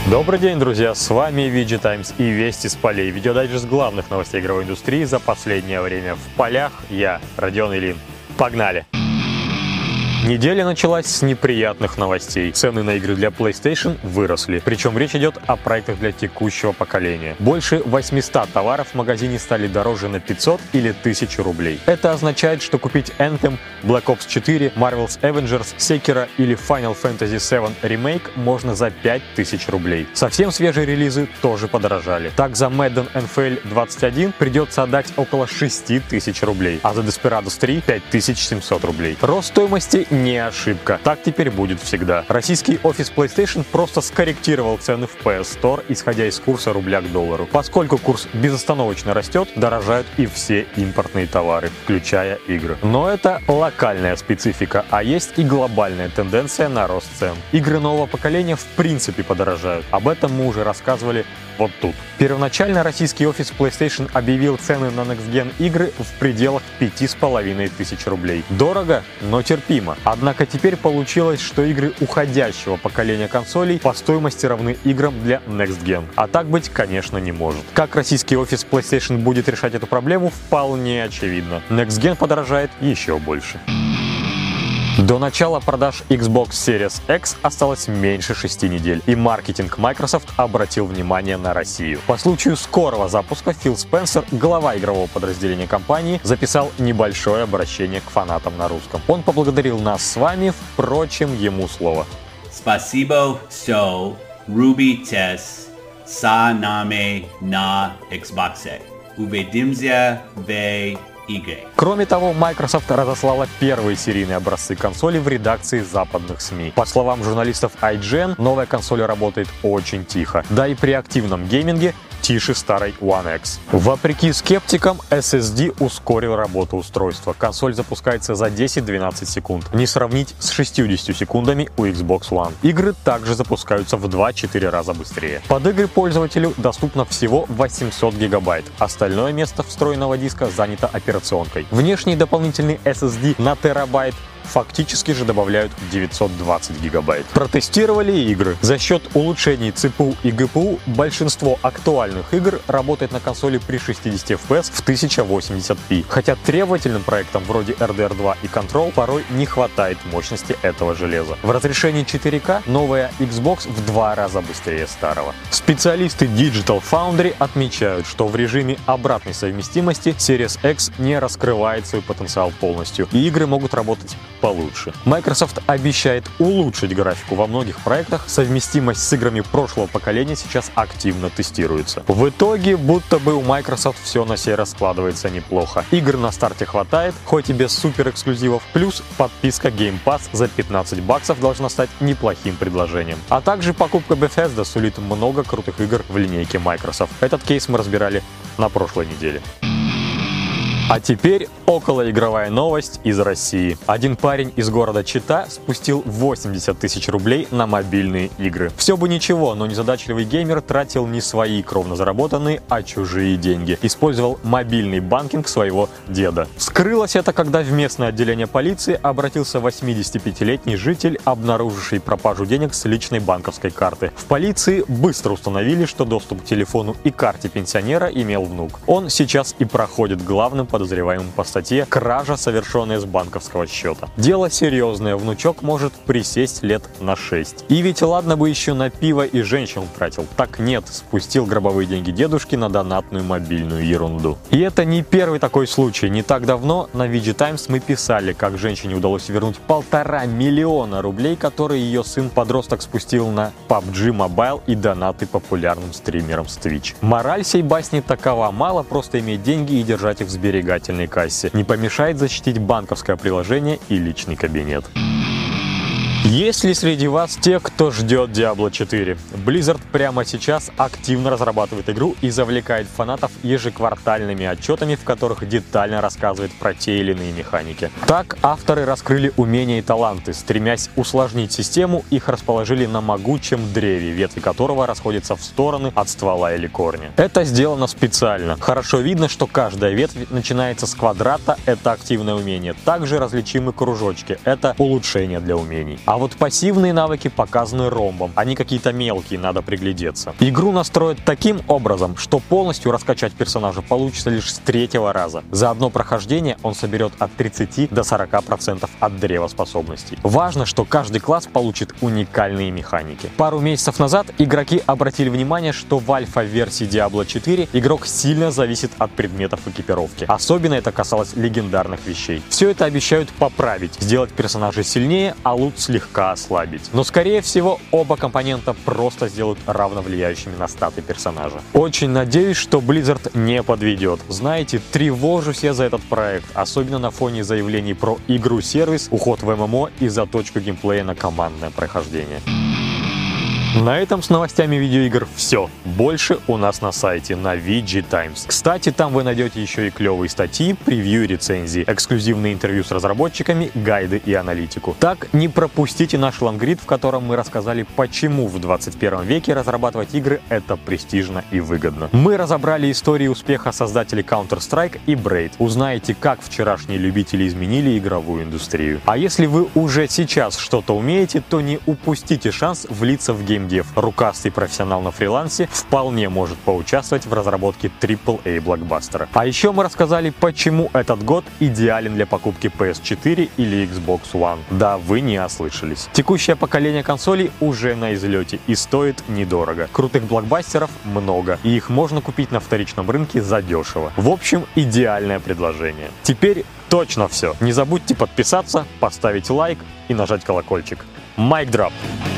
Добрый день, друзья! С вами VG Times и Вести с полей. Видеодайджест главных новостей игровой индустрии за последнее время. В полях я, Родион Ильин. Погнали! Неделя началась с неприятных новостей. Цены на игры для PlayStation выросли. Причем речь идет о проектах для текущего поколения. Больше 800 товаров в магазине стали дороже на 500 или 1000 рублей. Это означает, что купить Anthem, Black Ops 4, Marvel's Avengers, Sekiro или Final Fantasy VII Remake можно за 5000 рублей. Совсем свежие релизы тоже подорожали. Так, за Madden NFL 21 придется отдать около 6000 рублей, а за Desperados 3 5700 рублей. Рост стоимости не ошибка. Так теперь будет всегда. Российский офис PlayStation просто скорректировал цены в PS Store, исходя из курса рубля к доллару. Поскольку курс безостановочно растет, дорожают и все импортные товары, включая игры. Но это локальная специфика, а есть и глобальная тенденция на рост цен. Игры нового поколения в принципе подорожают. Об этом мы уже рассказывали вот тут. Первоначально российский офис PlayStation объявил цены на Next Gen игры в пределах 5500 рублей. Дорого, но терпимо. Однако теперь получилось, что игры уходящего поколения консолей по стоимости равны играм для Next Gen. А так быть, конечно, не может. Как российский офис PlayStation будет решать эту проблему, вполне очевидно. Next Gen подорожает еще больше. До начала продаж Xbox Series X осталось меньше 6 недель, и маркетинг Microsoft обратил внимание на Россию. По случаю скорого запуска Фил Спенсер, глава игрового подразделения компании, записал небольшое обращение к фанатам на русском. Он поблагодарил нас с вами, впрочем, ему слово. Спасибо, что любите с нами на Xbox. Увидимся в игры. Кроме того, Microsoft разослала первые серийные образцы консоли в редакции западных СМИ. По словам журналистов IGN, новая консоль работает очень тихо. Да и при активном гейминге тише старой One X. Вопреки скептикам, SSD ускорил работу устройства. Консоль запускается за 10-12 секунд. Не сравнить с 60 секундами у Xbox One. Игры также запускаются в 2-4 раза быстрее. Под игры пользователю доступно всего 800 гигабайт. Остальное место встроенного диска занято операционкой. Внешний дополнительный SSD на терабайт фактически же добавляют 920 гигабайт. Протестировали игры. За счет улучшений ЦПУ и ГПУ большинство актуальных игр работает на консоли при 60 FPS в 1080p. Хотя требовательным проектам вроде RDR 2 и Control порой не хватает мощности этого железа. В разрешении 4К новая Xbox в 2 раза быстрее старого. Специалисты Digital Foundry отмечают, что в режиме обратной совместимости Series X не раскрывает свой потенциал полностью, и игры могут работать получше. Microsoft обещает улучшить графику во многих проектах. Совместимость с играми прошлого поколения сейчас активно тестируется. В итоге, будто бы у Microsoft все на сей раз складывается неплохо. Игр на старте хватает, хоть и без супер эксклюзивов, плюс подписка Game Pass за $15 должна стать неплохим предложением. А также покупка Bethesda сулит много крутых игр в линейке Microsoft. Этот кейс мы разбирали на прошлой неделе. А теперь околоигровая новость из России. Один парень из города Чита спустил 80 тысяч рублей на мобильные игры. Все бы ничего, но незадачливый геймер тратил не свои кровно заработанные, а чужие деньги. Использовал мобильный банкинг своего деда. Вскрылось это, когда в местное отделение полиции обратился 85-летний житель, обнаруживший пропажу денег с личной банковской карты. В полиции быстро установили, что доступ к телефону и карте пенсионера имел внук. Он сейчас и проходит главным подозреваемым по статье «Кража, совершенная с банковского счета». Дело серьезное, внучок может присесть лет на 6. И ведь ладно бы еще на пиво и женщин тратил. Так нет, спустил гробовые деньги дедушки на донатную мобильную ерунду. И это не первый такой случай. Не так давно на VG Times мы писали, как женщине удалось вернуть 1,5 миллиона рублей, которые ее сын-подросток спустил на PUBG Mobile и донаты популярным стримерам с Twitch. Мораль сей басни такова: мало просто иметь деньги и держать их в сберегательной кассе. Не помешает защитить банковское приложение и личный кабинет. Есть ли среди вас те, кто ждет Diablo 4? Blizzard прямо сейчас активно разрабатывает игру и завлекает фанатов ежеквартальными отчетами, в которых детально рассказывает про те или иные механики. Так, авторы раскрыли умения и таланты. Стремясь усложнить систему, их расположили на могучем древе, ветви которого расходятся в стороны от ствола или корня. Это сделано специально. Хорошо видно, что каждая ветвь начинается с квадрата, это активное умение. Также различимы кружочки, это улучшение для умений. А А вот пассивные навыки показаны ромбом. Они какие-то мелкие, надо приглядеться. Игру настроят таким образом, что полностью раскачать персонажа получится лишь с 3-го раза. За одно прохождение он соберет от 30 до 40% от древа способностей. Важно, что каждый класс получит уникальные механики. Пару месяцев назад игроки обратили внимание, что в альфа-версии Diablo 4 игрок сильно зависит от предметов экипировки. Особенно это касалось легендарных вещей. Все это обещают поправить, сделать персонажей сильнее, а лут слегка ослабить. Но скорее всего оба компонента просто сделают равновлияющими на статы персонажа. Очень надеюсь, что Blizzard не подведет. Знаете, тревожусь я за этот проект, особенно на фоне заявлений про игру-сервис, уход в ММО и заточку геймплея на командное прохождение. На этом с новостями видеоигр все. Больше у нас на сайте на VG Times. Кстати, там вы найдете еще и клевые статьи, превью и рецензии, эксклюзивные интервью с разработчиками, гайды и аналитику. Так, не пропустите наш лонгрид, в котором мы рассказали, почему в 21 веке разрабатывать игры — это престижно и выгодно. Мы разобрали истории успеха создателей Counter-Strike и Braid. Узнаете, как вчерашние любители изменили игровую индустрию. А если вы уже сейчас что-то умеете, то не упустите шанс влиться в геймдев. Рукастый профессионал на фрилансе вполне может поучаствовать в разработке AAA блокбастера. А еще мы рассказали, почему этот год идеален для покупки PS4 или Xbox One. Да, вы не ослышались. Текущее поколение консолей уже на излете и стоит недорого. Крутых блокбастеров много, и их можно купить на вторичном рынке задешево. В общем, идеальное предложение. Теперь точно все. Не забудьте подписаться, поставить лайк и нажать колокольчик. Mic drop!